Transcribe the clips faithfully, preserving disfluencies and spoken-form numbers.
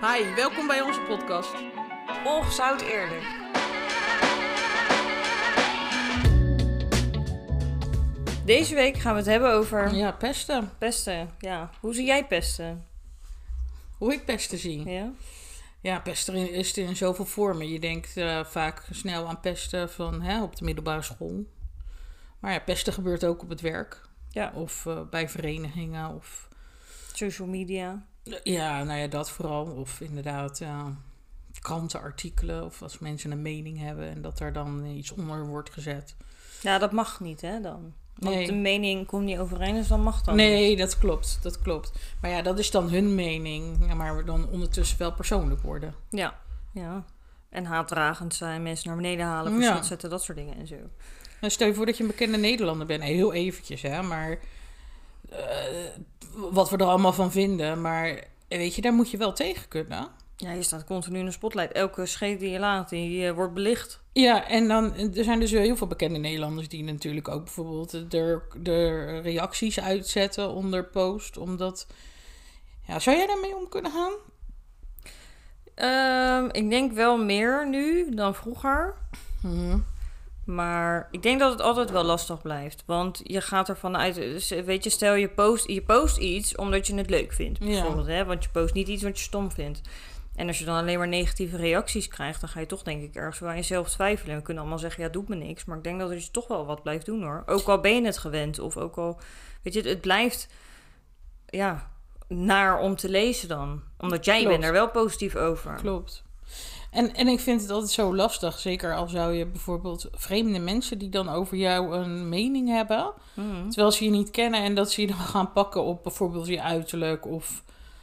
Hi, welkom bij onze podcast. Och, zou het eerlijk. Deze week gaan we het hebben over... Ja, pesten. Pesten, ja. Hoe zie jij pesten? Hoe ik pesten zie? Ja? Ja, pesten is in zoveel vormen. Je denkt uh, vaak snel aan pesten van, hè, op de middelbare school. Maar ja, pesten gebeurt ook op het werk. Ja. Of uh, bij verenigingen. Of... Social media. Ja, nou ja, dat vooral. Of inderdaad uh, krantenartikelen. Of als mensen een mening hebben en dat daar dan iets onder wordt gezet. Ja, dat mag niet, hè, dan. Want nee. de mening komt niet overeen, dus dan mag dat Nee, niet. dat klopt, dat klopt. Maar ja, dat is dan hun mening. Ja, maar dan ondertussen wel persoonlijk worden. Ja, ja. En haatdragend zijn, mensen naar beneden halen, voor Ja. shit zetten, dat soort dingen en zo. Nou, stel je voor dat je een bekende Nederlander bent. Heel eventjes, hè. Maar uh, wat we er allemaal van vinden. Maar weet je, daar moet je wel tegen kunnen. Ja, je staat continu in de spotlight. Elke scheet die je laat, die uh, wordt belicht. Ja, en dan er zijn dus heel veel bekende Nederlanders die natuurlijk ook bijvoorbeeld de, de reacties uitzetten onder post. Omdat, ja, zou jij daarmee om kunnen gaan? Um, ik denk wel meer nu dan vroeger. Mm-hmm. Maar ik denk dat het altijd wel lastig blijft. Want je gaat ervan uit... Dus weet je, stel je post, je post iets omdat je het leuk vindt. Bijvoorbeeld, ja. hè? Want je post niet iets wat je stom vindt. En als je dan alleen maar negatieve reacties krijgt... dan ga je toch denk ik ergens wel aan jezelf twijfelen. En we kunnen allemaal zeggen, ja, doet me niks. Maar ik denk dat het je toch wel wat blijft doen, hoor. Ook al ben je het gewend. Of ook al... Weet je, het, het blijft... Ja, naar om te lezen dan. Omdat jij Klopt. bent er wel positief over. Klopt. En, en ik vind het altijd zo lastig. Zeker al zou je bijvoorbeeld vreemde mensen... die dan over jou een mening hebben... Mm. terwijl ze je niet kennen... en dat ze je dan gaan pakken op bijvoorbeeld je uiterlijk... of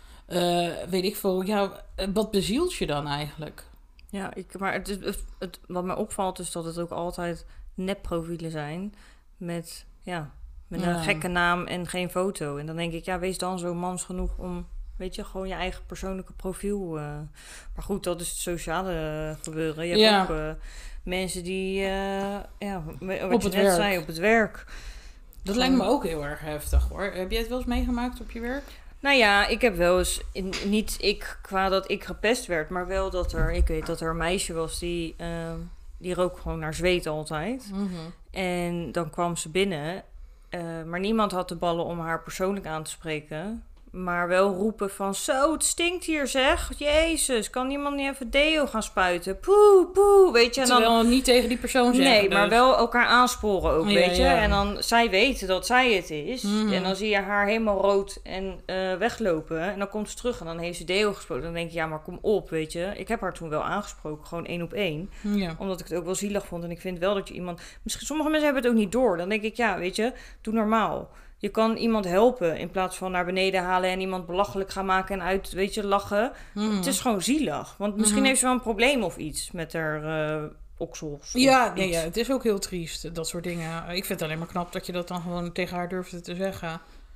uh, weet ik veel. Ja, wat bezielt je dan eigenlijk? Ja, ik, maar het, het, het, wat mij opvalt is dat het ook altijd nepprofielen zijn... met, ja, met een ja. gekke naam en geen foto. En dan denk ik, ja, wees dan zo mans genoeg om... Weet je, gewoon je eigen persoonlijke profiel. Uh. Maar goed, dat is het sociale uh, gebeuren. Je hebt ja. ook uh, mensen die, uh, ja, wat op je het net werk. zei, op het werk. Dat gewoon... lijkt me ook heel erg heftig, hoor. Heb jij het wel eens meegemaakt op je werk? Nou ja, ik heb wel eens, in, niet ik qua dat ik gepest werd, maar wel dat er, ik weet dat er een meisje was die, uh, die rook gewoon naar zweet altijd. Mm-hmm. En dan kwam ze binnen, uh, maar niemand had de ballen om haar persoonlijk aan te spreken. Maar wel roepen van, zo, het stinkt hier, zeg. Jezus, kan niemand niet even deo gaan spuiten? Poe, poe, weet je. En Terwijl dan niet tegen die persoon zeggen. Nee, maar dus. wel elkaar aansporen ook, ja, weet je. Ja. En dan, zij weet dat zij het is. Mm-hmm. En dan zie je haar helemaal rood en uh, weglopen. En dan komt ze terug en dan heeft ze deo gesproken. Dan denk je, ja, maar kom op, weet je. Ik heb haar toen wel aangesproken, gewoon één op één. Ja. Omdat ik het ook wel zielig vond. En ik vind wel dat je iemand... Misschien, sommige mensen hebben het ook niet door. Dan denk ik, ja, weet je, doe normaal. Je kan iemand helpen in plaats van naar beneden halen en iemand belachelijk gaan maken en uit, weet je, lachen. Mm. Het is gewoon zielig. Want misschien mm-hmm. heeft ze wel een probleem of iets met haar uh, oksels. Ja, nee, ja, het is ook heel triest, dat soort dingen. Ik vind het alleen maar knap dat je dat dan gewoon tegen haar durfde te zeggen.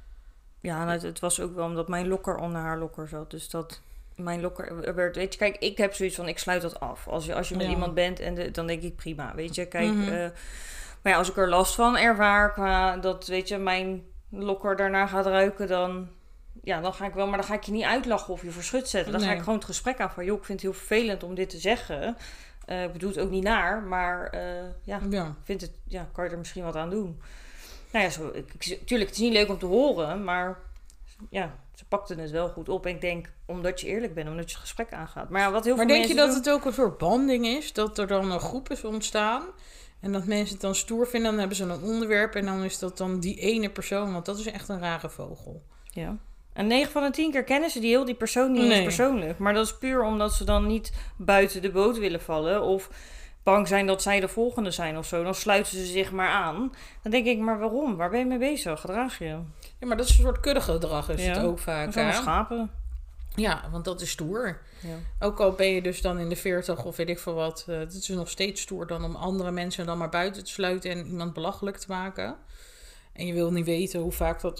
Ja, nou, het, het was ook wel omdat mijn lokker onder haar lokker zat. Dus dat mijn lokker werd, weet je, kijk, ik heb zoiets van, ik sluit dat af. Als je, als je met ja. iemand bent, en de, dan denk ik prima, weet je. Kijk, mm-hmm. uh, maar ja, als ik er last van ervaar, qua dat, weet je, mijn lokker daarna gaat ruiken, dan, ja, dan ga ik wel, maar dan ga ik je niet uitlachen of je verschut zetten. Dan nee. ga ik gewoon het gesprek aan van, joh, ik vind het heel vervelend om dit te zeggen. Uh, ik bedoel het ook niet naar, maar uh, ja, ja, vind het, ja, kan je er misschien wat aan doen. Nou ja, zo, ik, ik, tuurlijk, het is niet leuk om te horen, maar ja, ze pakten het wel goed op. En ik denk, omdat je eerlijk bent, omdat je het gesprek aangaat. Maar ja, wat heel maar veel denk je doen, dat het ook een soort banding is? Dat er dan een groep is ontstaan en dat mensen het dan stoer vinden, dan hebben ze een onderwerp en dan is dat dan die ene persoon, want dat is echt een rare vogel. Ja. En negen van de tien keer kennen ze die heel die persoon niet nee. eens persoonlijk. Maar dat is puur omdat ze dan niet buiten de boot willen vallen of bang zijn dat zij de volgende zijn of zo. Dan sluiten ze zich maar aan. Dan denk ik, maar waarom? Waar ben je mee bezig? Gedraag je? Ja, maar dat is een soort kuddegedrag is ja. het ook vaak. Dat zijn schapen. Ja, want dat is stoer. Ja. Ook al ben je dus dan in de veertig of weet ik veel wat. Uh, het is nog steeds stoer dan om andere mensen dan maar buiten te sluiten en iemand belachelijk te maken. En je wil niet weten hoe vaak dat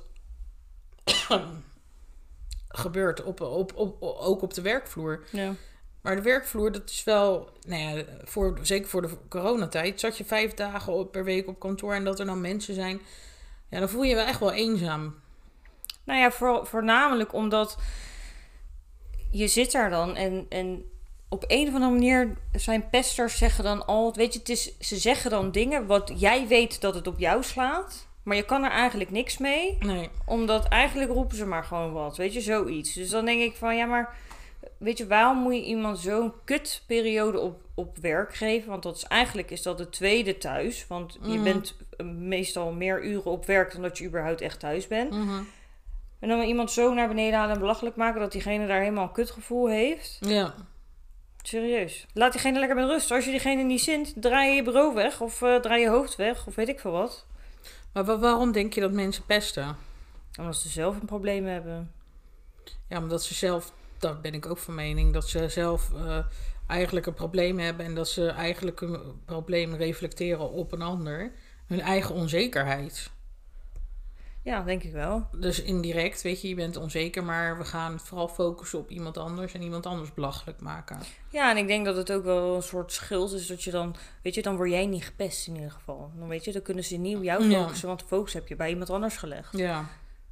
gebeurt. Op, op, op, op, ook op de werkvloer. Ja. Maar de werkvloer, dat is wel, nou ja, voor, zeker voor de coronatijd, zat je vijf dagen op, per week op kantoor en dat er dan mensen zijn. Ja, dan voel je je wel echt wel eenzaam. Nou ja, voor, voornamelijk omdat je zit daar dan en, en op een of andere manier zijn pesters zeggen dan al... Weet je, het is, ze zeggen dan dingen wat jij weet dat het op jou slaat... Maar je kan er eigenlijk niks mee. Nee. Omdat eigenlijk roepen ze maar gewoon wat. Weet je, zoiets. Dus dan denk ik van, ja, maar... Weet je, waarom moet je iemand zo'n kutperiode op, op werk geven? Want dat is eigenlijk is dat de tweede thuis. Want mm-hmm. je bent meestal meer uren op werk dan dat je überhaupt echt thuis bent. Mm-hmm. En dan iemand zo naar beneden halen en belachelijk maken... dat diegene daar helemaal een kutgevoel heeft. Ja. Serieus. Laat diegene lekker met rust. Als je diegene niet zint, draai je je bureau weg. Of uh, draai je hoofd weg. Of weet ik veel wat. Maar wa- waarom denk je dat mensen pesten? Omdat ze zelf een probleem hebben. Ja, omdat ze zelf... Daar ben ik ook van mening. Dat ze zelf uh, eigenlijk een probleem hebben... en dat ze eigenlijk een probleem reflecteren op een ander. Hun eigen onzekerheid. Ja, denk ik wel. Dus indirect, weet je, je bent onzeker... maar we gaan vooral focussen op iemand anders... en iemand anders belachelijk maken. Ja, en ik denk dat het ook wel een soort schild is... dat je dan, weet je, dan word jij niet gepest in ieder geval. Dan weet je, dan kunnen ze niet op jou focussen... Ja. Want de focus heb je bij iemand anders gelegd. Ja.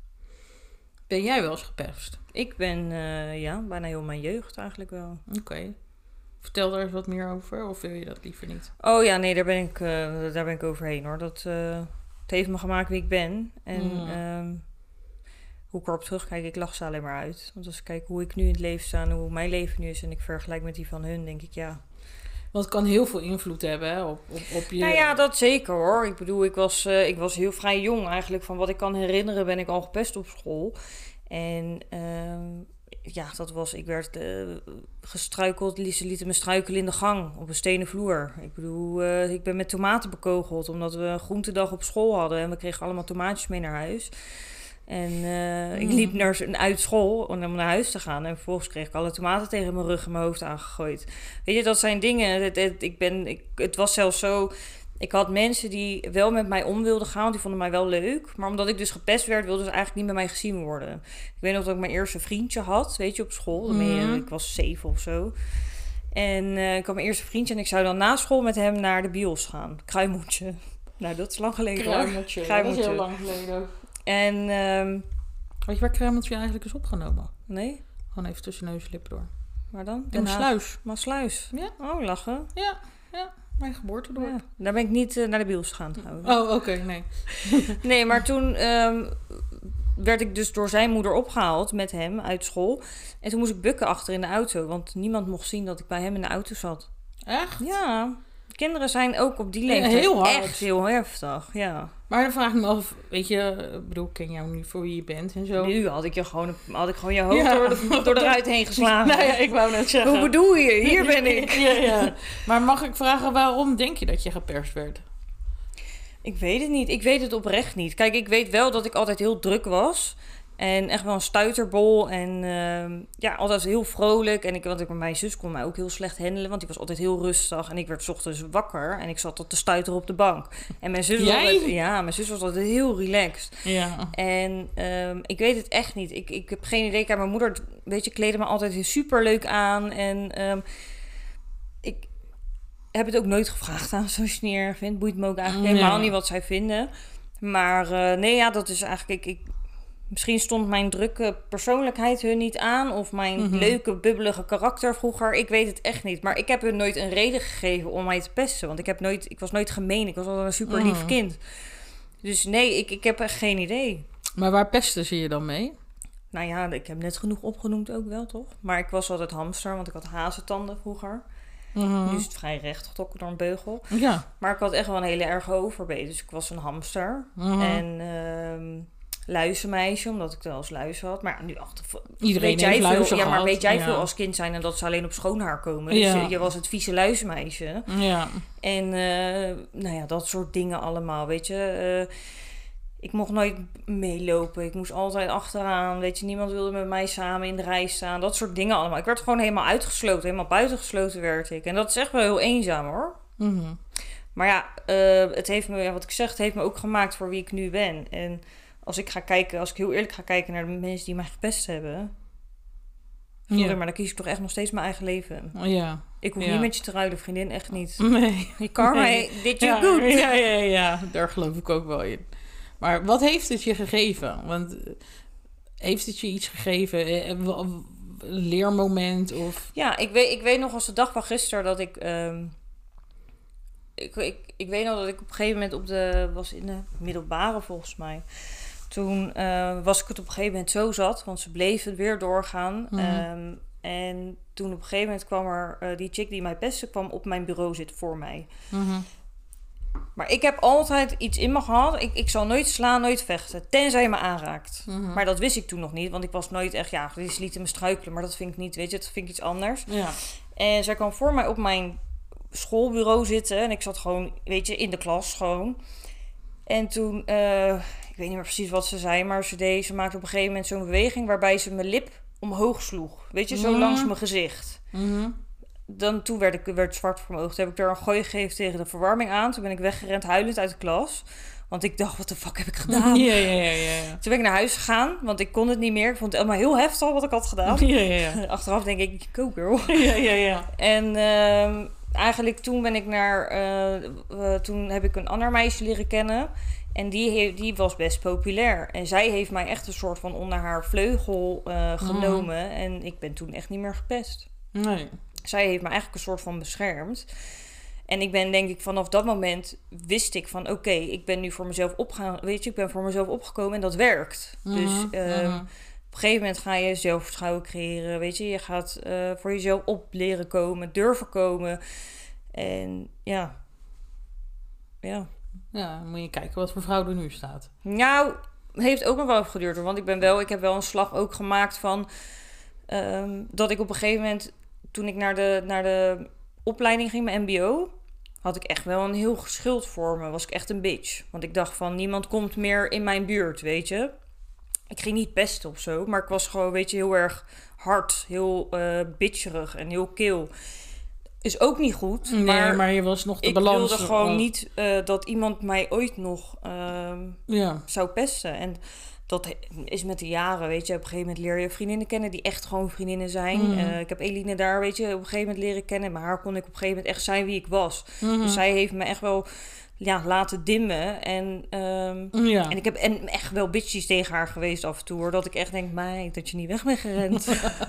Ben jij wel eens gepest? Ik ben, uh, ja, bijna heel mijn jeugd eigenlijk wel. Oké. Okay. Vertel daar eens wat meer over, of wil je dat liever niet? Oh ja, nee, daar ben ik, uh, daar ben ik overheen hoor. Dat, uh, het heeft me gemaakt wie ik ben. En mm. um, hoe ik erop terugkijk, ik lach ze alleen maar uit. Want als ik kijk hoe ik nu in het leven sta en hoe mijn leven nu is... en ik vergelijk met die van hun, denk ik ja... Want het kan heel veel invloed hebben hè, op, op, op je... Nou ja, dat zeker hoor. Ik bedoel, ik was, uh, ik was heel vrij jong eigenlijk. Van wat ik kan herinneren ben ik al gepest op school. En uh, ja, dat was... Ik werd uh, gestruikeld. Ze lieten me struikelen in de gang op een stenen vloer. Ik bedoel, uh, ik ben met tomaten bekogeld. Omdat we een groentedag op school hadden. En we kregen allemaal tomaatjes mee naar huis. En uh, mm. ik liep naar, uit school om naar huis te gaan. En vervolgens kreeg ik alle tomaten tegen mijn rug en mijn hoofd aangegooid. Weet je, dat zijn dingen. Het, het, ik ben, ik, het was zelfs zo... Ik had mensen die wel met mij om wilden gaan. Want die vonden mij wel leuk. Maar omdat ik dus gepest werd, wilden ze eigenlijk niet met mij gezien worden. Ik weet nog dat ik mijn eerste vriendje had. Weet je, op school. Mm. Je, ik was zeven of zo. En uh, ik had mijn eerste vriendje. En ik zou dan na school met hem naar de bios gaan. Kruimeltje. Nou, dat is lang geleden. Kruimeltje. Kruimeltje. Dat is heel lang geleden. En um, weet je waar Kruimeltje eigenlijk is opgenomen? Nee. Gewoon even tussen neus en lippen door. Waar dan? In Sluis. Maar Sluis? Ja. Oh, lachen. Ja, ja. Mijn geboortedorp. Ja. Daar ben ik niet uh, naar de bios gegaan trouwens. Oh, oké, okay, nee. Nee, maar toen um, werd ik dus door zijn moeder opgehaald met hem uit school. En toen moest ik bukken achter in de auto. Want niemand mocht zien dat ik bij hem in de auto zat. Echt? Ja. Kinderen zijn ook op die leeftijd ja, heel hard. echt heel heftig, ja. Maar dan vraag ik me af, weet je, ik bedoel, ik ken jou nu voor wie je bent en zo. Nu had ik je gewoon, had ik gewoon je hoofd ja. door, de, door de ruit heen geslagen. Nou ja, ik wou net zeggen. Hoe bedoel je? Hier ben ik. ja, ja. Maar mag ik vragen, waarom denk je dat je geperst werd? Ik weet het niet. Ik weet het oprecht niet. Kijk, ik weet wel dat ik altijd heel druk was. En echt wel een stuiterbol. En uh, ja, altijd heel vrolijk. En ik, want ik, mijn zus kon mij ook heel slecht handelen. Want die was altijd heel rustig. En ik werd 's ochtends wakker. En ik zat tot te stuiteren op de bank. En mijn zus was altijd, ja, mijn zus was altijd heel relaxed. Ja. En um, ik weet het echt niet. Ik, ik heb geen idee. Kijk, mijn moeder, weet je, kleedde me altijd super leuk aan. En um, ik heb het ook nooit gevraagd aan. Zoals je het niet erg vindt. Boeit me ook eigenlijk ja. helemaal niet wat zij vinden. Maar uh, nee, ja, dat is eigenlijk... Ik, ik, Misschien stond mijn drukke persoonlijkheid hun niet aan. Of mijn mm-hmm. leuke, bubbelige karakter vroeger. Ik weet het echt niet. Maar ik heb hun nooit een reden gegeven om mij te pesten. Want ik, heb nooit, ik was nooit gemeen. Ik was altijd een super lief mm. kind. Dus nee, ik, ik heb echt geen idee. Maar waar pesten ze je dan mee? Nou ja, ik heb net genoeg opgenoemd ook wel, toch? Maar ik was altijd hamster, want ik had hazentanden vroeger. Mm-hmm. Nu is het vrij recht getrokken door een beugel. Ja. Maar ik had echt wel een hele erge overbeet. Dus ik was een hamster. Mm-hmm. En... Uh, luizenmeisje, omdat ik wel als luis had. Maar nu achter iedereen weet jij veel, veel, ja, maar weet jij ja. veel als kind zijn en dat ze alleen op schoonhaar komen. Dus ja. je, je was het vieze luizenmeisje. Ja. En uh, nou ja, dat soort dingen allemaal, weet je. Uh, ik mocht nooit meelopen. Ik moest altijd achteraan. Weet je, niemand wilde met mij samen in de rij staan. Dat soort dingen allemaal. Ik werd gewoon helemaal uitgesloten. Helemaal buitengesloten werd ik. En dat is echt wel heel eenzaam, hoor. Mm-hmm. Maar ja, uh, het heeft me, ja, wat ik zeg, het heeft me ook gemaakt voor wie ik nu ben. En als ik ga kijken, als ik heel eerlijk ga kijken naar de mensen die mij gepest hebben. Sorry, ja. maar dan kies ik toch echt nog steeds mijn eigen leven. Ja. Ik hoef ja. niet met je te ruilen, vriendin, echt niet. Nee. Je karma nee. did you ja, good. Ja, ja, ja, daar geloof ik ook wel in. Maar wat heeft het je gegeven? Want heeft het je iets gegeven? leermoment? Of... Ja, ik weet, ik weet nog als de dag van gisteren dat ik... Um, ik, ik... Ik weet nog dat ik op een gegeven moment op de... was in de middelbare volgens mij. Toen uh, was ik het op een gegeven moment zo zat. Want ze bleven weer doorgaan. Mm-hmm. Um, en toen op een gegeven moment kwam er... Uh, die chick die mij pestte kwam op mijn bureau zitten voor mij. Mm-hmm. Maar ik heb altijd iets in me gehad. Ik, ik zal nooit slaan, nooit vechten. Tenzij je me aanraakt. Mm-hmm. Maar dat wist ik toen nog niet. Want ik was nooit echt... Ja, die lieten me struikelen. Maar dat vind ik niet, weet je. Dat vind ik iets anders. Ja. En zij kwam voor mij op mijn schoolbureau zitten. En ik zat gewoon, weet je, in de klas gewoon. En toen... Uh, ik weet niet meer precies wat ze zei. Maar ze, deed, ze maakte op een gegeven moment zo'n beweging... waarbij ze mijn lip omhoog sloeg. Weet je, zo mm-hmm. langs mijn gezicht. Mm-hmm. Dan, toen werd ik werd zwart voor mijn ogen. Toen heb ik er een gooi gegeven tegen de verwarming aan. Toen ben ik weggerend huilend uit de klas. Want ik dacht, wat de fuck heb ik gedaan? Ja, ja, ja, ja. Toen ben ik naar huis gegaan. Want ik kon het niet meer. Ik vond het allemaal heel heftig wat ik had gedaan. Ja, ja, ja. Achteraf denk ik, go girl. Ja, ja, ja. En uh, eigenlijk toen ben ik naar... Uh, uh, toen heb ik een ander meisje leren kennen. En die, he- die was best populair. En zij heeft mij echt een soort van onder haar vleugel uh, genomen. Mm. En ik ben toen echt niet meer gepest. Nee. Zij heeft me eigenlijk een soort van beschermd. En ik ben denk ik vanaf dat moment wist ik van oké, okay, ik ben nu voor mezelf opgegaan. Weet je, ik ben voor mezelf opgekomen en dat werkt. Mm-hmm, dus uh, mm-hmm. op een gegeven moment ga je zelfvertrouwen creëren. Weet je, je gaat uh, voor jezelf op leren komen, durven komen. En ja, ja. Ja, dan moet je kijken wat voor vrouw er nu staat. Nou, heeft ook nog wel even geduurd. Want ik ben wel, ik heb wel een slag ook gemaakt van um, dat ik op een gegeven moment, toen ik naar de, naar de opleiding ging, mijn M B O, had ik echt wel een heel schild voor me. Was ik echt een bitch. Want ik dacht van, niemand komt meer in mijn buurt, weet je. Ik ging niet pesten of zo, maar ik was gewoon, weet je, heel erg hard, heel uh, bitcherig en heel kil. Is ook niet goed. Nee, maar, maar je was nog de ik balans. Ik wilde gewoon oh. niet uh, dat iemand mij ooit nog uh, ja. zou pesten. En dat is met de jaren, weet je. Op een gegeven moment leer je vriendinnen kennen die echt gewoon vriendinnen zijn. Mm. Uh, ik heb Eline daar, weet je, op een gegeven moment leren kennen. Maar haar kon ik op een gegeven moment echt zijn wie ik was. Mm-hmm. Dus zij heeft me echt wel ja, laten dimmen. En, um, ja. en ik heb en echt wel bitches tegen haar geweest af en toe. Hoor, dat ik echt denk, meid, dat je niet weg bent gerend.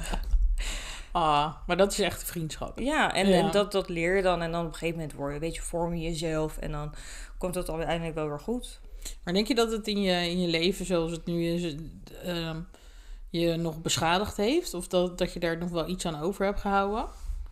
Ah, maar dat is echt een vriendschap. Ja, en, ja. en dat, dat leer je dan. En dan op een gegeven moment word je, weet je, vorm je jezelf. En dan komt het uiteindelijk wel weer goed. Maar denk je dat het in je, in je leven zoals het nu is, uh, je nog beschadigd heeft? Of dat, dat je daar nog wel iets aan over hebt gehouden?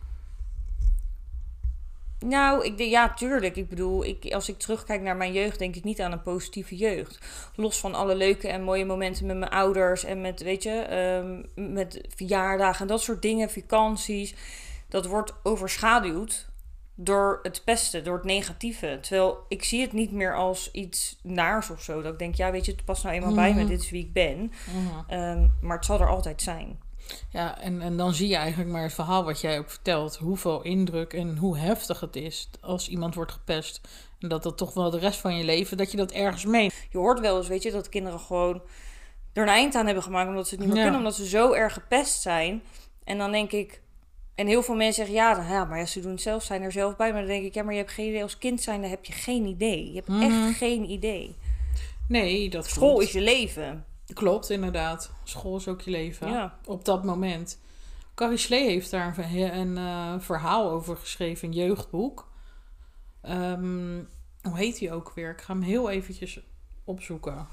Nou, ik denk, ja, tuurlijk. Ik bedoel, ik, als ik terugkijk naar mijn jeugd, denk ik niet aan een positieve jeugd. Los van alle leuke en mooie momenten met mijn ouders en met, weet je, um, met verjaardagen en dat soort dingen, vakanties. Dat wordt overschaduwd door het pesten, door het negatieve. Terwijl ik zie het niet meer als iets naars of zo. Dat ik denk, ja, weet je, het past nou eenmaal mm-hmm. bij me. Dit is wie ik ben. Mm-hmm. Um, maar het zal er altijd zijn. Ja, en, en dan zie je eigenlijk maar het verhaal wat jij ook vertelt. Hoeveel indruk en hoe heftig het is als iemand wordt gepest. En dat dat toch wel de rest van je leven, dat je dat ergens meent. Je hoort wel eens, weet je, dat kinderen gewoon er een eind aan hebben gemaakt omdat ze het niet meer ja. kunnen. Omdat ze zo erg gepest zijn. En dan denk ik, en heel veel mensen zeggen, ja, dan, ja maar ja, ze doen het zelf, zijn er zelf bij. Maar dan denk ik, ja, maar je hebt geen idee. Als kind zijn, dan heb je geen idee. Je hebt mm-hmm. echt geen idee. Nee, dat School klopt. is je leven. Klopt, inderdaad. School is ook je leven. Ja. Op dat moment. Carrie Slee heeft daar een, een uh, verhaal over geschreven, een jeugdboek. Um, hoe heet die ook weer? Ik ga hem heel eventjes opzoeken.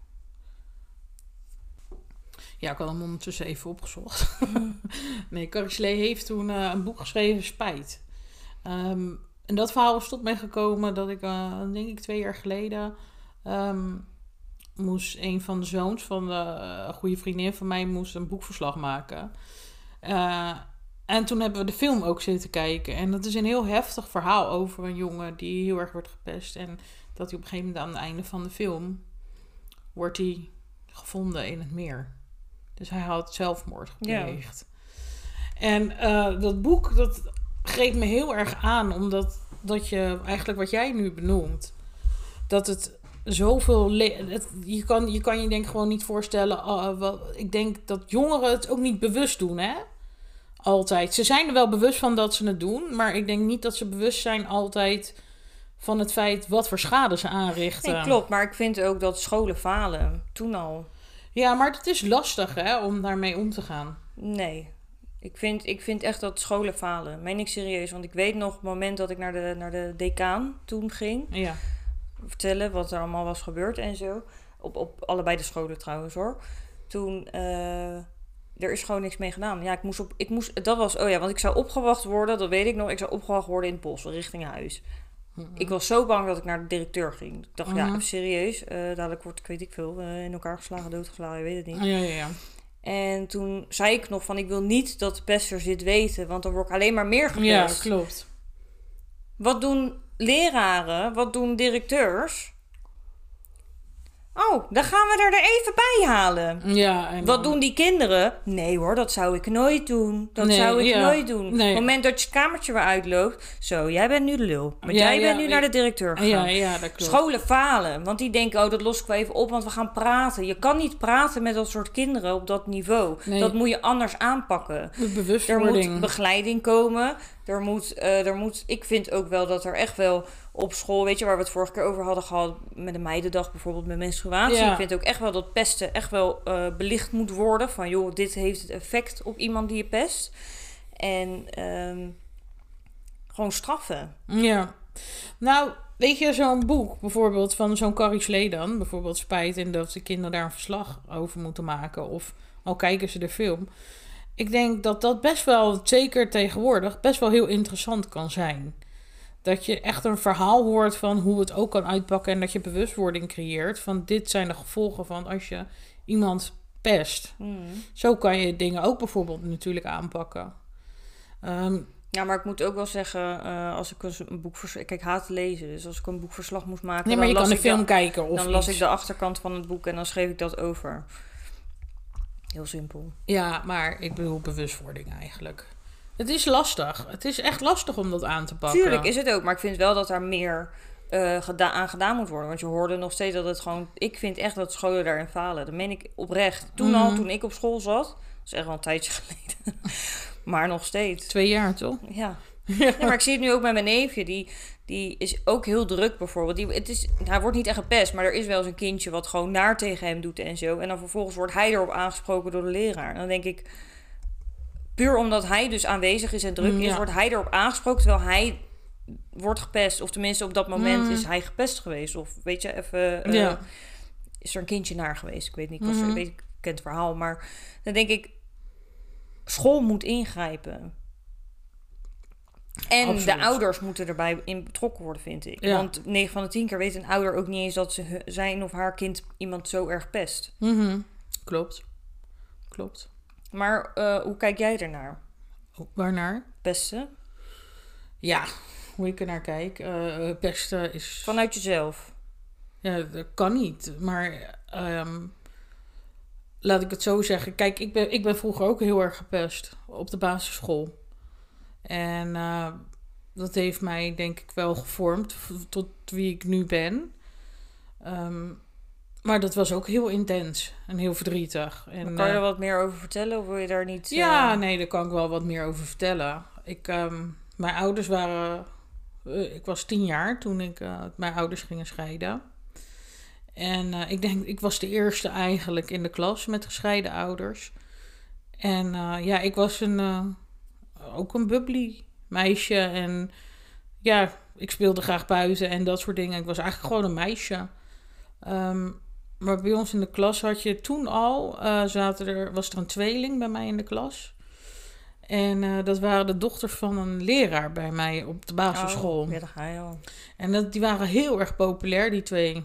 Ja, ik had hem ondertussen even opgezocht. Nee, Carrie Slee heeft toen uh, een boek geschreven, Spijt. Um, en dat verhaal is tot mij gekomen dat ik, uh, denk ik twee jaar geleden... Um, moest een van de zoons van de uh, goede vriendin van mij moest een boekverslag maken. Uh, en toen hebben we de film ook zitten kijken. En dat is een heel heftig verhaal over een jongen die heel erg wordt gepest. En dat hij op een gegeven moment aan het einde van de film wordt hij gevonden in het meer. Dus hij had zelfmoord gepleegd. Ja. En uh, dat boek, dat greep me heel erg aan. Omdat dat je eigenlijk wat jij nu benoemt, dat het zoveel... Le- het, je, kan, je kan je denk ik gewoon niet voorstellen... Uh, wat, ik denk dat jongeren het ook niet bewust doen, hè? Altijd. Ze zijn er wel bewust van dat ze het doen... maar ik denk niet dat ze bewust zijn altijd... van het feit wat voor schade ze aanrichten. Nee, klopt. Maar ik vind ook dat scholen falen. Toen al. Ja, maar het is lastig, hè? Om daarmee om te gaan. Nee. Ik vind, ik vind echt dat scholen falen. Meen ik serieus. Want ik weet nog het moment dat ik naar de, naar de decaan toen ging. Ja. Vertellen wat er allemaal was gebeurd en zo. Op, op allebei de scholen trouwens hoor. Toen, uh, er is gewoon niks mee gedaan. Ja, ik moest op, ik moest, dat was, oh ja, want ik zou opgewacht worden, dat weet ik nog. Ik zou opgewacht worden in het bos, richting huis. Mm-hmm. Ik was zo bang dat ik naar de directeur ging. Ik dacht, mm-hmm. ja, serieus, uh, dadelijk word ik, weet ik veel, uh, in elkaar geslagen, doodgeslagen, je weet het niet. Ja, ja, ja. En toen zei ik nog van, ik wil niet dat de pesters dit weten, want dan word ik alleen maar meer gepest. Ja, klopt. Wat doen leraren, wat doen directeurs? Oh, dan gaan we er, er even bij halen. Ja, en wat doen die kinderen? Nee hoor, dat zou ik nooit doen. Dat nee, zou ik ja. nooit doen. Nee. Op het moment dat je het kamertje weer uitloopt. Zo, jij bent nu de lul. Maar ja, jij ja, bent nu ja. naar de directeur gegaan. Ja, ja, dat klopt. Scholen falen. Want die denken, oh, dat los ik wel even op, want we gaan praten. Je kan niet praten met dat soort kinderen op dat niveau. Nee. Dat moet je anders aanpakken. Bewustwording. Er moet begeleiding komen. Er moet, uh, er moet, ik vind ook wel dat er echt wel op school, weet je, waar we het vorige keer over hadden gehad, met de meidendag bijvoorbeeld, met menstruatie. Ja. Ik vind ook echt wel dat pesten echt wel uh, belicht moet worden. Van joh, dit heeft het effect op iemand die je pest. En um, gewoon straffen. Ja. Nou, weet je, zo'n boek bijvoorbeeld van zo'n Carrie Sledan, bijvoorbeeld Spijt, en dat de kinderen daar een verslag over moeten maken. Of al kijken ze de film. Ik denk dat dat best wel, zeker tegenwoordig, best wel heel interessant kan zijn. Dat je echt een verhaal hoort van hoe het ook kan uitpakken. En dat je bewustwording creëert van dit zijn de gevolgen van als je iemand pest. Mm. Zo kan je dingen ook bijvoorbeeld natuurlijk aanpakken. Um, ja, maar ik moet ook wel zeggen, uh, als ik een boekverslag... Kijk, haat lezen. Dus als ik een boekverslag moest maken... Nee, maar je kan een film de, kijken of Dan las iets. ik de achterkant van het boek en dan schreef ik dat over. Heel simpel. Ja, maar ik bedoel bewustwording eigenlijk. Het is lastig. Het is echt lastig om dat aan te pakken. Tuurlijk is het ook. Maar ik vind wel dat daar meer uh, geda- aan gedaan moet worden. Want je hoorde nog steeds dat het gewoon... Ik vind echt dat scholen daarin falen. Dat meen ik oprecht. Toen mm. al, toen ik op school zat... Dat is echt wel een tijdje geleden. Maar nog steeds. Twee jaar, toch? Ja. Nee, maar ik zie het nu ook met mijn neefje. Die, die is ook heel druk bijvoorbeeld. Die, het is, hij wordt niet echt gepest. Maar er is wel eens een kindje wat gewoon naar tegen hem doet en zo. En dan vervolgens wordt hij erop aangesproken door de leraar. En dan denk ik... Puur omdat hij dus aanwezig is en druk mm, is, ja. wordt hij erop aangesproken terwijl hij wordt gepest. Of tenminste op dat moment mm. is hij gepest geweest. Of weet je, even... Uh, ja. Is er een kindje naar geweest? Ik weet niet, ik, was, mm-hmm. ik, weet, ik ken het verhaal. Maar dan denk ik, school moet ingrijpen. En Absoluut. De ouders moeten erbij in betrokken worden, vind ik. Ja. Want negen van de tien keer weet een ouder ook niet eens dat ze zijn of haar kind iemand zo erg pest. Mm-hmm. Klopt. Klopt. Maar uh, hoe kijk jij ernaar? Waarnaar? Pesten? Ja, hoe ik ernaar kijk. Uh, pesten is... Vanuit jezelf? Ja, dat kan niet. Maar um, laat ik het zo zeggen. Kijk, ik ben, ik ben vroeger ook heel erg gepest op de basisschool. En uh, dat heeft mij denk ik wel gevormd tot wie ik nu ben. Um, Maar dat was ook heel intens en heel verdrietig. En, kan je er uh, wat meer over vertellen? Of wil je daar niet... Ja, uh... nee, daar kan ik wel wat meer over vertellen. Ik, um, mijn ouders waren... Uh, ik was tien jaar toen ik, uh, mijn ouders gingen scheiden. En uh, ik denk, ik was de eerste eigenlijk in de klas met gescheiden ouders. En uh, ja, ik was een, uh, ook een bubbly meisje. En ja, ik speelde graag buiten en dat soort dingen. Ik was eigenlijk gewoon een meisje. Um, Maar bij ons in de klas had je toen al, uh, zaten er, was er een tweeling bij mij in de klas. En uh, dat waren de dochters van een leraar bij mij op de basisschool. Oh, ja, daar ga je al. En dat, die waren heel erg populair, die twee.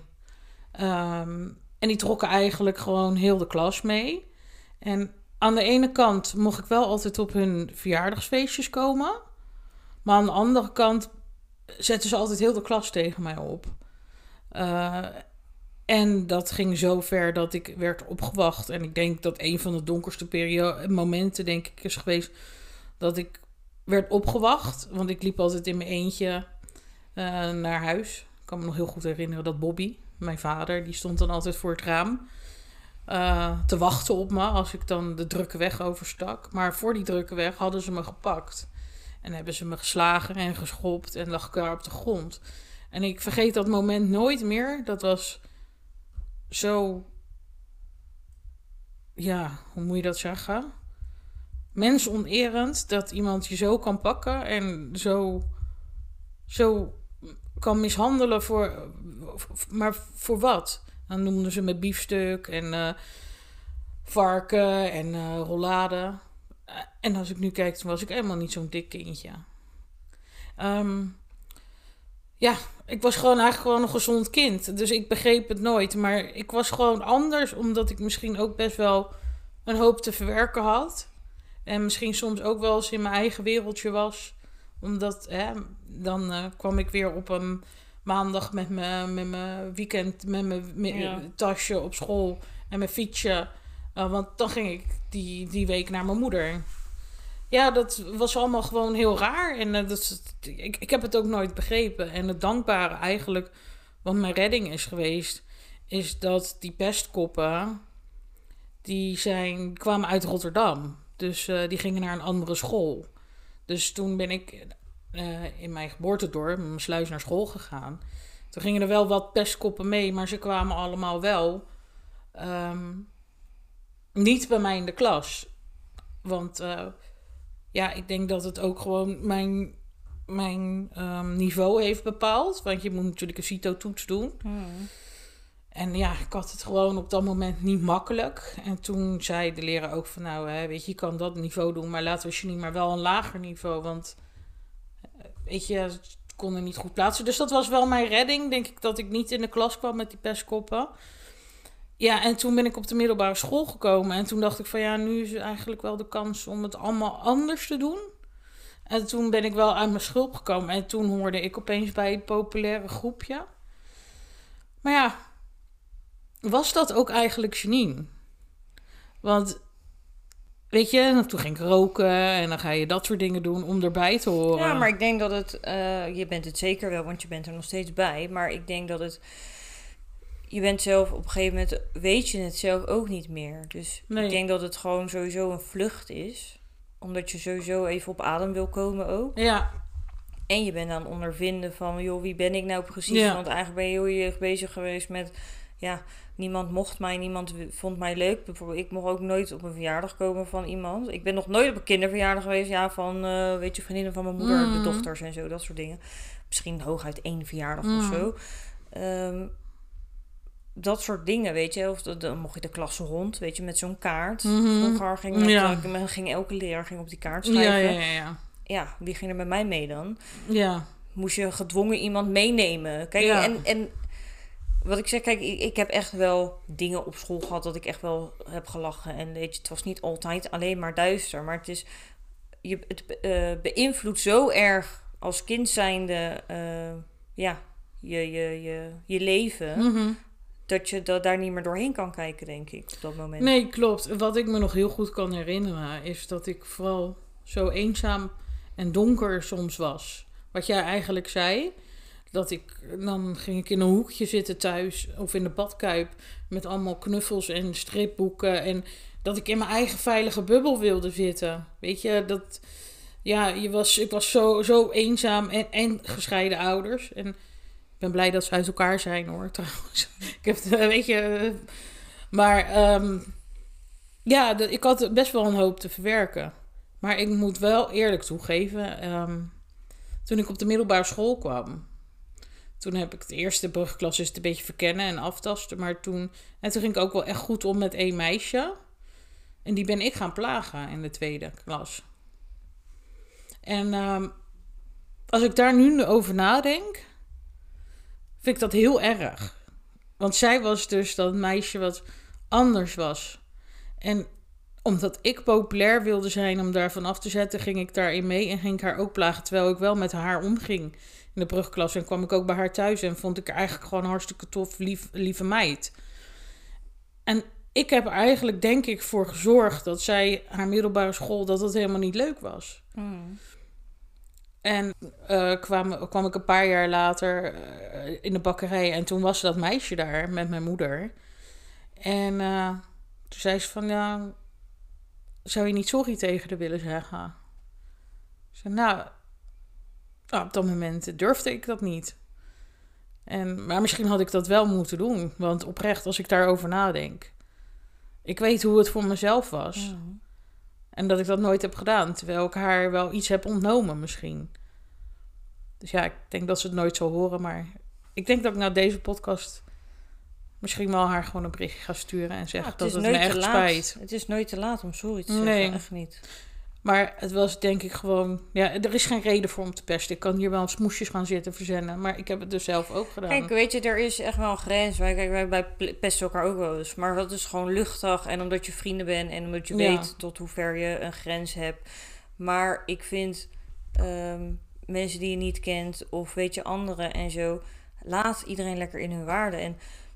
Um, en die trokken eigenlijk gewoon heel de klas mee. En aan de ene kant mocht ik wel altijd op hun verjaardagsfeestjes komen. Maar aan de andere kant zetten ze altijd heel de klas tegen mij op. Uh, En dat ging zo ver dat ik werd opgewacht. En ik denk dat een van de donkerste periode, momenten, denk ik, is geweest dat ik werd opgewacht. Want ik liep altijd in mijn eentje uh, naar huis. Ik kan me nog heel goed herinneren dat Bobby, mijn vader, die stond dan altijd voor het raam uh, te wachten op me als ik dan de drukke weg overstak. Maar voor die drukke weg hadden ze me gepakt. En hebben ze me geslagen en geschopt en lag ik daar op de grond. En ik vergeet dat moment nooit meer. Dat was... Zo, ja, hoe moet je dat zeggen? mensonerend dat iemand je zo kan pakken en zo, zo kan mishandelen voor, maar voor wat? Dan noemden ze me biefstuk en uh, varken en uh, rollade. En als ik nu kijk, toen was ik helemaal niet zo'n dik kindje. Um, ja, ik was gewoon eigenlijk gewoon een gezond kind. Dus ik begreep het nooit. Maar ik was gewoon anders, omdat ik misschien ook best wel een hoop te verwerken had. En misschien soms ook wel eens in mijn eigen wereldje was. Omdat, hè, dan uh, kwam ik weer op een maandag met mijn, met mijn weekend, met mijn, mijn ja. tasje op school en mijn fietsje. Uh, want dan ging ik die, die week naar mijn moeder. Ja, dat was allemaal gewoon heel raar. En uh, dat, ik, ik heb het ook nooit begrepen. En het dankbare eigenlijk, wat mijn redding is geweest, is dat die pestkoppen, die zijn, kwamen uit Rotterdam. Dus uh, die gingen naar een andere school. Dus toen ben ik uh, in mijn geboortedorp, met mijn sluis naar school gegaan. Toen gingen er wel wat pestkoppen mee, maar ze kwamen allemaal wel um, niet bij mij in de klas. Want uh, ja, ik denk dat het ook gewoon mijn, mijn um, niveau heeft bepaald. Want je moet natuurlijk een CITO-toets doen. Hmm. En ja, ik had het gewoon op dat moment niet makkelijk. En toen zei de leraar ook van, nou, hè, weet je, je kan dat niveau doen, maar laten we je niet maar wel een lager niveau. Want, weet je, het kon er niet goed plaatsen. Dus dat was wel mijn redding, denk ik, dat ik niet in de klas kwam met die pestkoppen. Ja, en toen ben ik op de middelbare school gekomen. En toen dacht ik van, ja, nu is eigenlijk wel de kans om het allemaal anders te doen. En toen ben ik wel uit mijn schulp gekomen. En toen hoorde ik opeens bij het populaire groepje. Maar ja, was dat ook eigenlijk Janine? Want, weet je, toen ging ik roken en dan ga je dat soort dingen doen om erbij te horen. Ja, maar ik denk dat het, uh, je bent het zeker wel, want je bent er nog steeds bij. Maar ik denk dat het, je bent zelf, op een gegeven moment weet je het zelf ook niet meer. Dus nee. Ik denk dat het gewoon sowieso een vlucht is. Omdat je sowieso even op adem wil komen ook. Ja. En je bent aan het ondervinden van, joh, wie ben ik nou precies? Ja. Want eigenlijk ben je heel erg bezig geweest met, ja, niemand mocht mij, niemand vond mij leuk. Bijvoorbeeld, ik mocht ook nooit op een verjaardag komen van iemand. Ik ben nog nooit op een kinderverjaardag geweest, ja, van, uh, weet je, vriendinnen van mijn moeder, mm. de dochters en zo, dat soort dingen. Misschien hooguit één verjaardag mm. of zo. Um, dat soort dingen, weet je. Of dan mocht je de klas rond, weet je, met zo'n kaart. Mm-hmm. Vroeger ging, ja. dat, ging elke leraar ging op die kaart schrijven. Ja, ja, ja, ja. Ja, wie ging er met mij mee dan? Ja. Moest je gedwongen iemand meenemen. Kijk, ja. en, en wat ik zeg, kijk, ik, ik heb echt wel dingen op school gehad dat ik echt wel heb gelachen. En weet je, het was niet altijd alleen maar duister. Maar het is, je, het uh, beïnvloedt zo erg als kind zijnde, uh, ja, je, je, je, je leven. Mm-hmm. Dat je dat daar niet meer doorheen kan kijken, denk ik, op dat moment. Nee, klopt. Wat ik me nog heel goed kan herinneren, is dat ik vooral zo eenzaam en donker soms was. Wat jij eigenlijk zei, dat ik, dan ging ik in een hoekje zitten thuis of in de badkuip met allemaal knuffels en stripboeken en dat ik in mijn eigen veilige bubbel wilde zitten. Weet je, dat, ja, je was, ik was zo, zo eenzaam en, en gescheiden ouders. En ik ben blij dat ze uit elkaar zijn, hoor, trouwens. Ik heb, weet je, maar um, ja, de, ik had best wel een hoop te verwerken. Maar ik moet wel eerlijk toegeven, um, toen ik op de middelbare school kwam, toen heb ik de eerste brugklas eens een beetje verkennen en aftasten. Maar toen, en toen ging ik ook wel echt goed om met één meisje. En die ben ik gaan plagen in de tweede klas. En um, als ik daar nu over nadenk, vind ik dat heel erg. Want zij was dus dat meisje wat anders was. En omdat ik populair wilde zijn om daarvan af te zetten, ging ik daarin mee en ging ik haar ook plagen. Terwijl ik wel met haar omging in de brugklas. En kwam ik ook bij haar thuis en vond ik haar eigenlijk gewoon een hartstikke tof, lief, lieve meid. En ik heb er eigenlijk, denk ik, voor gezorgd dat zij haar middelbare school, dat dat helemaal niet leuk was. Mm. En uh, kwam, kwam ik een paar jaar later uh, in de bakkerij en toen was dat meisje daar met mijn moeder. En uh, toen zei ze van, ja, zou je niet sorry tegen haar willen zeggen? Ik zei, nou, nou, op dat moment durfde ik dat niet. En, maar misschien had ik dat wel moeten doen. Want oprecht, als ik daarover nadenk, ik weet hoe het voor mezelf was. Mm. En dat ik dat nooit heb gedaan. Terwijl ik haar wel iets heb ontnomen misschien. Dus ja, ik denk dat ze het nooit zal horen. Maar ik denk dat ik na deze podcast misschien wel haar gewoon een berichtje ga sturen. En zeggen ja, dat het me echt spijt. Het is nooit te laat om sorry te zeggen. Nee. Echt niet. Maar het was denk ik gewoon... Ja, er is geen reden voor om te pesten. Ik kan hier wel smoesjes gaan zitten verzinnen. Maar ik heb het dus zelf ook gedaan. Kijk, weet je, er is echt wel een grens. Wij, kijk, wij bij pesten elkaar ook wel eens. Maar dat is gewoon luchtig. En omdat je vrienden bent. En omdat je ja. weet tot hoe ver je een grens hebt. Maar ik vind... Um, mensen die je niet kent. Of weet je, anderen en zo. Laat iedereen lekker in hun waarde. En...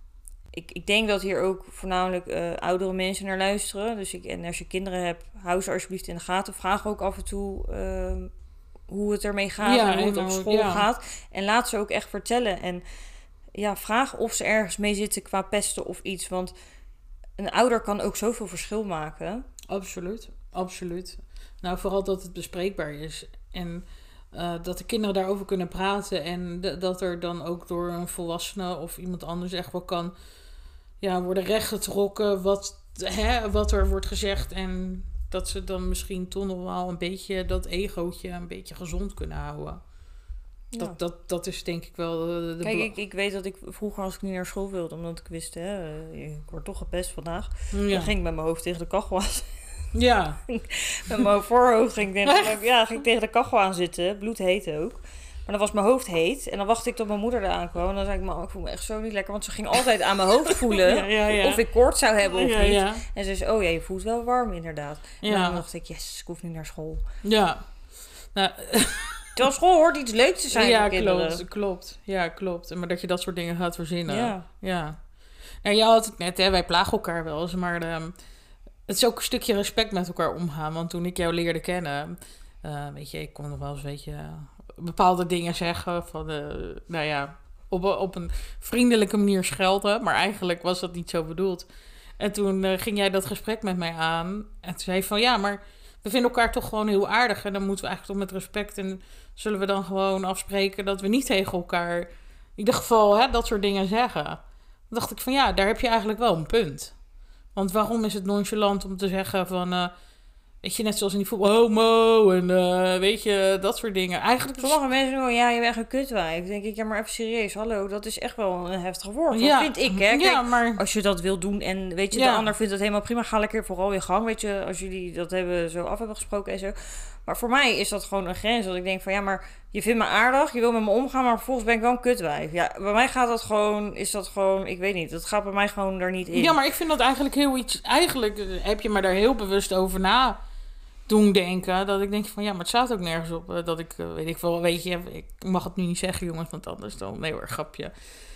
Ik, ik denk dat hier ook voornamelijk uh, oudere mensen naar luisteren. Dus ik, en als je kinderen hebt, hou ze alsjeblieft in de gaten. Vraag ook af en toe uh, hoe het ermee gaat ja, en hoe het op school ja. gaat. En laat ze ook echt vertellen. En ja, vraag of ze ergens mee zitten qua pesten of iets. Want een ouder kan ook zoveel verschil maken. Absoluut, absoluut. Nou, vooral dat het bespreekbaar is. En uh, dat de kinderen daarover kunnen praten. En de, dat er dan ook door een volwassene of iemand anders echt wel kan... Ja, worden rechtgetrokken wat, hè, wat er wordt gezegd. En dat ze dan misschien toch nog wel een beetje dat egootje een beetje gezond kunnen houden. Ja. Dat, dat, dat is denk ik wel de, de Kijk, ik, ik weet dat ik vroeger als ik niet naar school wilde, omdat ik wist, hè, ik word toch gepest vandaag. Ja. Dan ging ik met mijn hoofd tegen de kachel aan. Ja. Met mijn voorhoofd ging ik, denk, ja, ging ik tegen de kachel aan zitten. Bloedheet ook. Maar dan was mijn hoofd heet. En dan wachtte ik tot mijn moeder eraan kwam. En dan zei ik, man, ik voel me echt zo niet lekker. Want ze ging altijd aan mijn hoofd voelen. Ja, ja, ja. Of ik koorts zou hebben of ja, niet. Ja. En ze zei, oh ja, je voelt wel warm inderdaad. Ja. En dan dacht ik, yes, ik hoef niet naar school. Ja. Nou, terwijl school hoort iets leuks te zijn ja, voor kinderen. Klopt, klopt. Ja, klopt. Maar dat je dat soort dingen gaat verzinnen. Ja. ja. Nou, jij had het net, hè. Wij plagen elkaar wel eens. Maar de, het is ook een stukje respect met elkaar omgaan. Want toen ik jou leerde kennen... Uh, weet je, ik kon nog wel eens, weet je... bepaalde dingen zeggen van, uh, nou ja, op, op een vriendelijke manier schelden. Maar eigenlijk was dat niet zo bedoeld. En toen uh, ging jij dat gesprek met mij aan. En toen zei je van, ja, maar we vinden elkaar toch gewoon heel aardig. En dan moeten we eigenlijk toch met respect. En zullen we dan gewoon afspreken dat we niet tegen elkaar, in ieder geval, hè, dat soort dingen zeggen. Dan dacht ik van, ja, daar heb je eigenlijk wel een punt. Want waarom is het nonchalant om te zeggen van... Uh, weet je, net zoals in die voetbal, homo en uh, weet je, dat soort dingen. Eigenlijk sommige mensen doen, ja, je bent een kutwijf. denk ik, ja, maar even serieus, hallo, dat is echt wel een heftig woord. Ja. Dat vind ik, hè. Kijk, ja, maar... als je dat wil doen en weet je, ja. de ander vindt het helemaal prima, ga lekker vooral in gang, weet je, als jullie dat hebben zo af hebben gesproken en zo. Maar voor mij is dat gewoon een grens, dat ik denk van, ja, maar je vindt me aardig, je wil met me omgaan, maar vervolgens ben ik wel een kutwijf. Ja, bij mij gaat dat gewoon, is dat gewoon, ik weet niet, dat gaat bij mij gewoon er niet in. Ja, maar ik vind dat eigenlijk heel iets, eigenlijk heb je me daar heel bewust over na doen denken, dat ik denk van ja, maar het staat ook nergens op dat ik, weet ik wel, weet je, ik mag het nu niet zeggen, jongens, want anders dan, nee hoor, grapje.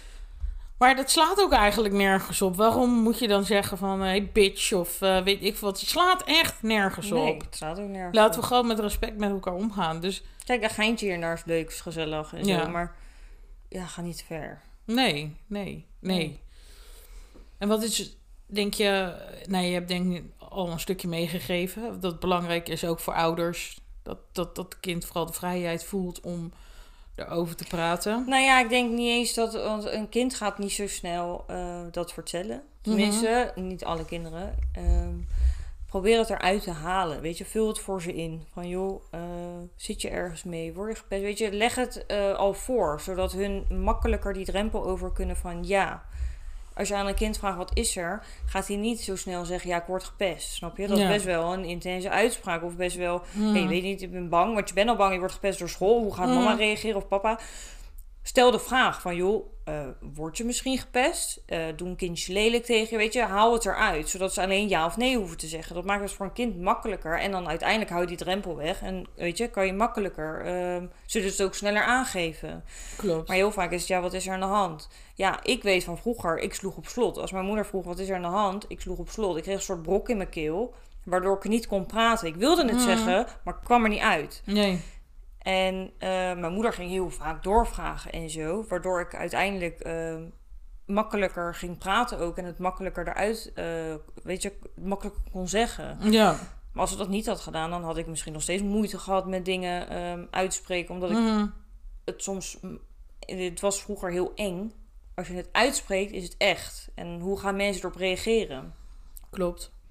Maar dat slaat ook eigenlijk nergens op. Waarom moet je dan zeggen van, hey bitch, of uh, weet ik wat. Het slaat echt nergens nee, op. het slaat ook nergens Laten we op. gewoon met respect met elkaar omgaan. Dus kijk, een geintje hier naar is leuk, is gezellig en ja. zo, maar ja, ga niet te ver. Nee, nee, nee. nee. En wat is, denk je, nou, je hebt denk ik al een stukje meegegeven. Dat het belangrijk is ook voor ouders. Dat, dat, dat het kind vooral de vrijheid voelt om erover te praten. Nou ja, ik denk niet eens dat... Want een kind gaat niet zo snel uh, dat vertellen. Tenminste, mm-hmm. niet alle kinderen. Um, probeer het eruit te halen. Weet je, vul het voor ze in. Van joh, uh, zit je ergens mee? Word je gepest? Weet je, leg het uh, al voor. Zodat hun makkelijker die drempel over kunnen van ja... Als je aan een kind vraagt wat is er, gaat hij niet zo snel zeggen ja, ik word gepest. Snap je? Dat ja. is best wel een intense uitspraak. Of best wel, mm. hey, weet je niet, ik ben bang. Want je bent al bang, je wordt gepest door school. Hoe gaat mm. mama reageren of papa? Stel de vraag van joh, uh, word je misschien gepest? Uh, doe een kindje lelijk tegen je, weet je? Haal het eruit, zodat ze alleen ja of nee hoeven te zeggen. Dat maakt het voor een kind makkelijker. En dan uiteindelijk hou je die drempel weg. En weet je, kan je makkelijker, uh, zullen ze het ook sneller aangeven. Klopt. Maar heel vaak is het, ja, wat is er aan de hand? Ja, ik weet van vroeger, ik sloeg op slot. Als mijn moeder vroeg, wat is er aan de hand? Ik sloeg op slot. Ik kreeg een soort brok in mijn keel, waardoor ik niet kon praten. Ik wilde het mm. zeggen, maar ik kwam er niet uit. Nee. En uh, mijn moeder ging heel vaak doorvragen en zo. Waardoor ik uiteindelijk uh, makkelijker ging praten ook. En het makkelijker eruit, uh, weet je, makkelijker kon zeggen. Ja. Maar als ze dat niet had gedaan, dan had ik misschien nog steeds moeite gehad met dingen um, uitspreken. Omdat ik mm. het soms, het was vroeger heel eng. Als je het uitspreekt, is het echt. En hoe gaan mensen erop reageren? Klopt.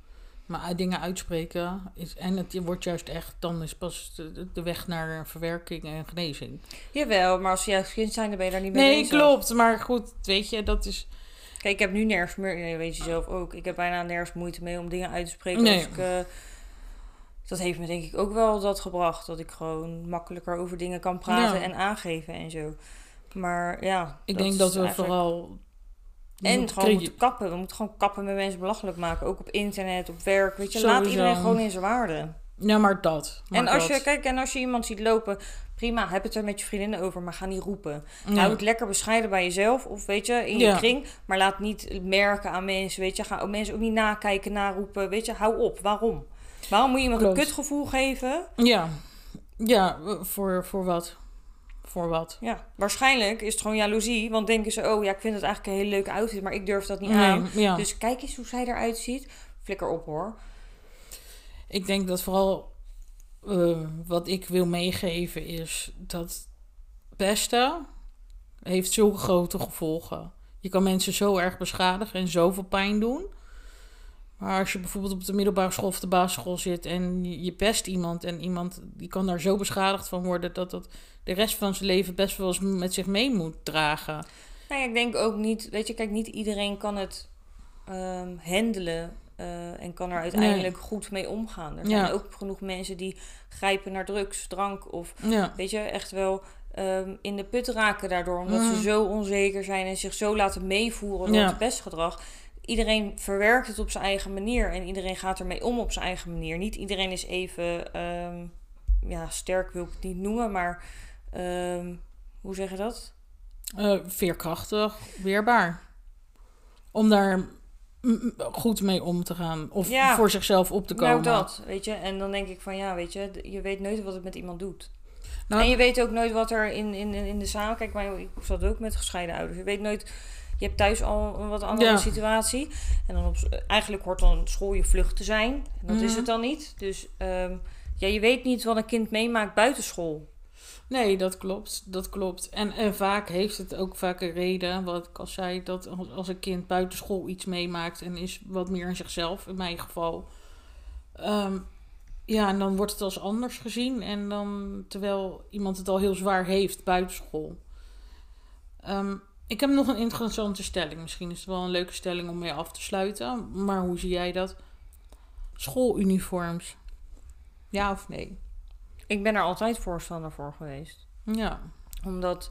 Maar dingen uitspreken is, en het wordt juist echt, dan is pas de, de weg naar verwerking en genezing. Jawel, maar als je juist kind zijn, dan ben je daar niet mee nee, bezig. Nee, klopt. Maar goed, weet je, dat is... Kijk, ik heb nu nergens meer, nee, weet je zelf ook. Ik heb bijna nergens moeite mee om dingen uit te spreken. Nee. Als ik, uh, dat heeft me denk ik ook wel dat gebracht. Dat ik gewoon makkelijker over dingen kan praten ja. en aangeven en zo. Maar ja. Ik denk dat we eigenlijk... vooral... En gewoon moeten kappen. We moeten gewoon kappen met mensen belachelijk maken. Ook op internet, op werk. Weet je, Sowieso. Laat iedereen gewoon in zijn waarde. Ja, maar dat. Maar en als dat. je, kijk, en als je iemand ziet lopen, prima, heb het er met je vriendinnen over, maar ga niet roepen. Ja. Hou het lekker bescheiden bij jezelf, of weet je, in je ja. kring. Maar laat niet merken aan mensen, weet je. Ga ook mensen ook niet nakijken, naroepen, weet je. Hou op. Waarom? Waarom moet je iemand Klopt. een kutgevoel geven? Ja. Ja, voor, voor wat? Voor wat? Ja, waarschijnlijk is het gewoon jaloezie. Want denken ze, oh ja, ik vind het eigenlijk een hele leuke outfit, maar ik durf dat niet nee, aan. Ja. Dus kijk eens hoe zij eruit ziet. Flikker op, hoor. Ik denk dat vooral uh, wat ik wil meegeven is dat pesten heeft zulke grote gevolgen. Je kan mensen zo erg beschadigen en zoveel pijn doen. Maar als je bijvoorbeeld op de middelbare school of de basisschool zit en je, je pest iemand en iemand die kan daar zo beschadigd van worden dat dat de rest van zijn leven best wel eens met zich mee moet dragen. Nou ja, ik denk ook niet, weet je, kijk, niet iedereen kan het um, handelen uh, en kan er uiteindelijk nee. goed mee omgaan. Er zijn ja. ook genoeg mensen die grijpen naar drugs, drank of ja. weet je, echt wel um, in de put raken daardoor, omdat mm. ze zo onzeker zijn en zich zo laten meevoeren door ja. het pestgedrag. Iedereen verwerkt het op zijn eigen manier en iedereen gaat ermee om op zijn eigen manier. Niet iedereen is even um, ja, sterk, wil ik het niet noemen, maar um, hoe zeg je dat? Uh, veerkrachtig, weerbaar. Om daar m- goed mee om te gaan of ja, voor zichzelf op te komen. Nou dat, weet je. En dan denk ik van ja, weet je, je weet nooit wat het met iemand doet. Nou, en je weet ook nooit wat er in, in, in de samen... Kijk, maar ik zat ook met gescheiden ouders. Je weet nooit... Je hebt thuis al een wat andere ja. situatie. En dan op, eigenlijk hoort dan school je vlucht te zijn. En dat mm-hmm. is het dan niet. Dus um, ja, je weet niet wat een kind meemaakt buiten school. Nee, dat klopt. Dat klopt. En, en vaak heeft het ook vaak een reden, wat ik al zei, dat als een kind buiten school iets meemaakt en is wat meer in zichzelf, in mijn geval. Um, ja, en dan wordt het als anders gezien. En dan, terwijl iemand het al heel zwaar heeft buiten school. Um, Ik heb nog een interessante stelling. Misschien is het wel een leuke stelling om mee af te sluiten. Maar hoe zie jij dat? Schooluniforms. Ja of nee? Ik ben er altijd voorstander voor geweest. Ja. Omdat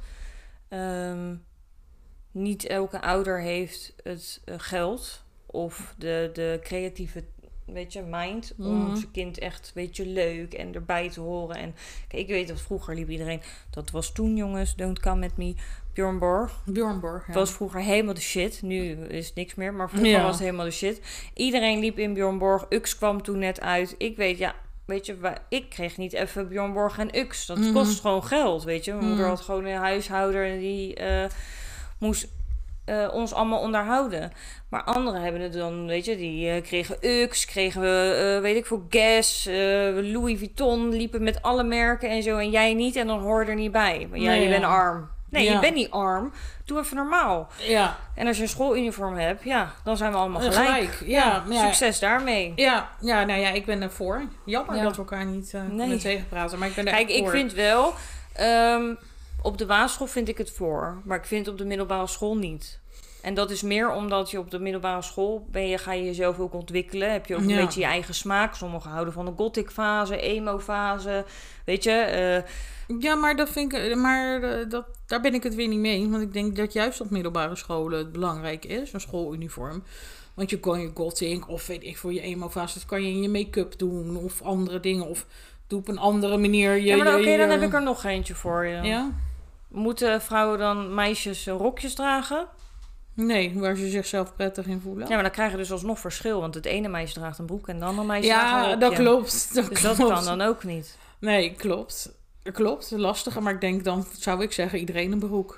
um, niet elke ouder heeft het uh, geld of de, de creatieve, weet je, mind om mm-hmm. zijn kind echt, weet je, leuk en erbij te horen. En kijk, ik weet dat vroeger liep iedereen, dat was toen, jongens, don't come at me, Björn Borg. Björn Borg, ja. Dat was vroeger helemaal de shit. Nu is het niks meer, maar vroeger ja. was het helemaal de shit. Iedereen liep in Björn Borg. Ux kwam toen net uit. Ik weet, ja, weet je, ik kreeg niet even Björn Borg en Ux. Dat mm-hmm. kost gewoon geld, weet je. Mijn mm-hmm. moeder had gewoon een huishouder en die uh, moest uh, ons allemaal onderhouden. Maar anderen hebben het dan, weet je, die uh, kregen Ux, kregen we, uh, weet ik veel, Guess, uh, Louis Vuitton, liepen met alle merken en zo. En jij niet en dan hoor je er niet bij. Maar ja, nee, je ja. bent arm. Nee, ja. je bent niet arm. Doe even normaal. Ja. En als je een schooluniform hebt, ja, dan zijn we allemaal gelijk. gelijk. Ja, ja, succes ja. daarmee. Ja, ja, nou ja, ik ben ervoor. Jammer ja. dat we elkaar niet uh, nee. kunnen tegenpraten, maar ik ben er Kijk, echt voor. ik vind wel, um, op de basisschool vind ik het voor, maar ik vind het op de middelbare school niet. En dat is meer omdat je op de middelbare school ben je, ga je jezelf ook ontwikkelen. Heb je ook ja. een beetje je eigen smaak. Sommigen houden van de gothic fase, emo fase, weet je. Uh, Ja, maar, dat vind ik, maar dat, daar ben ik het weer niet mee. Want ik denk dat juist op middelbare scholen het belangrijk is. Een schooluniform. Want je kan je gothic of weet ik voor je emo-fase. Dat kan je in je make-up doen of andere dingen. Of doe op een andere manier. Je, ja, maar oké, okay, je, dan heb ik er nog eentje voor je. Ja? Moeten vrouwen dan meisjes rokjes dragen? Nee, waar ze zichzelf prettig in voelen. Ja, maar dan krijg je dus alsnog verschil. Want het ene meisje draagt een broek en het andere meisje ja, draagt een rokje. Ja, dat klopt. Dat dus klopt. dat kan dan ook niet. Nee, klopt. Klopt, lastig. Maar ik denk dan zou ik zeggen iedereen een broek.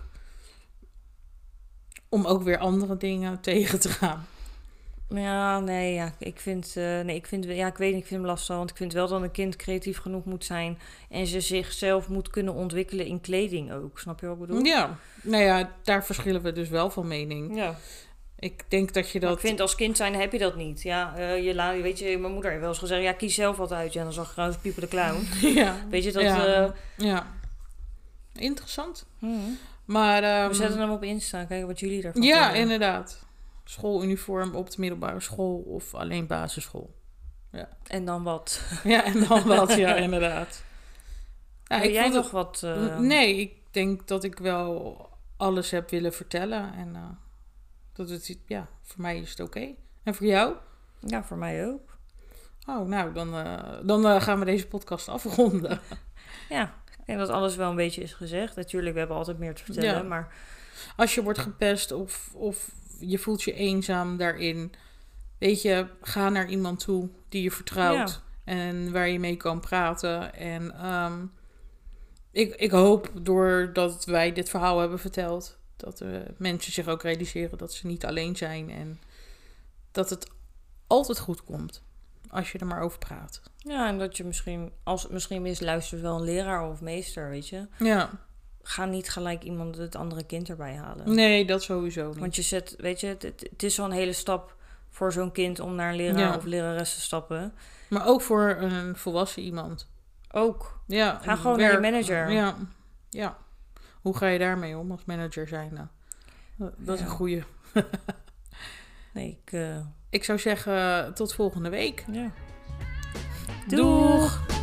Om ook weer andere dingen tegen te gaan. Ja, nee, ja, ik vind, uh, nee, ik vind, ja, ik weet niet, ik vind hem lastig, want ik vind wel dat een kind creatief genoeg moet zijn en ze zichzelf moet kunnen ontwikkelen in kleding ook. Snap je wat ik bedoel? Ja, nou ja, daar verschillen we dus wel van mening. Ja. Ik denk dat je dat... Maar ik vind als kind zijn heb je dat niet. Ja, uh, je la- weet je, mijn moeder heeft wel eens gezegd... Ja, kies zelf wat uit. Ja, dan zag je trouwens Pieper de Clown. Ja. Weet je dat... Ja. Uh... ja. Interessant. Hmm. Maar... Um... We zetten hem op Insta. Kijken wat jullie daarvan Ja, vinden. inderdaad. Schooluniform op de middelbare school of alleen basisschool. Ja. En dan wat? Ja, en dan wat. Ja, inderdaad. Ja, Wil ik jij nog het... wat... Uh... Nee, ik denk dat ik wel alles heb willen vertellen. En uh, dat het... Ja, voor mij is het oké. Okay. En voor jou? Ja, voor mij ook. Oh, nou, dan, uh, dan uh, gaan we deze podcast afronden. Ja, ik denk dat alles wel een beetje is gezegd. Natuurlijk, we hebben altijd meer te vertellen, ja. maar... Als je wordt gepest of, of je voelt je eenzaam daarin... Weet je, ga naar iemand toe die je vertrouwt. Ja. En waar je mee kan praten. En um, ik, ik hoop, doordat wij dit verhaal hebben verteld... dat uh, mensen zich ook realiseren dat ze niet alleen zijn. En dat het altijd goed komt. Als je er maar over praat. Ja, en dat je misschien, als het misschien mis luistert, wel een leraar of meester, weet je. Ja. Ga niet gelijk iemand het andere kind erbij halen. Nee, dat sowieso niet. Want je zet, weet je, het, het is wel een hele stap voor zo'n kind om naar een leraar ja. of lerares te stappen. Maar ook voor een volwassen iemand. Ook. Ja. Ga gewoon werk, naar je manager. Ja. Ja. Hoe ga je daarmee om als manager zijn? Nou, dat is ja. een goeie. nee, ik... Uh... Ik zou zeggen, tot volgende week. Ja. Doeg! Doeg.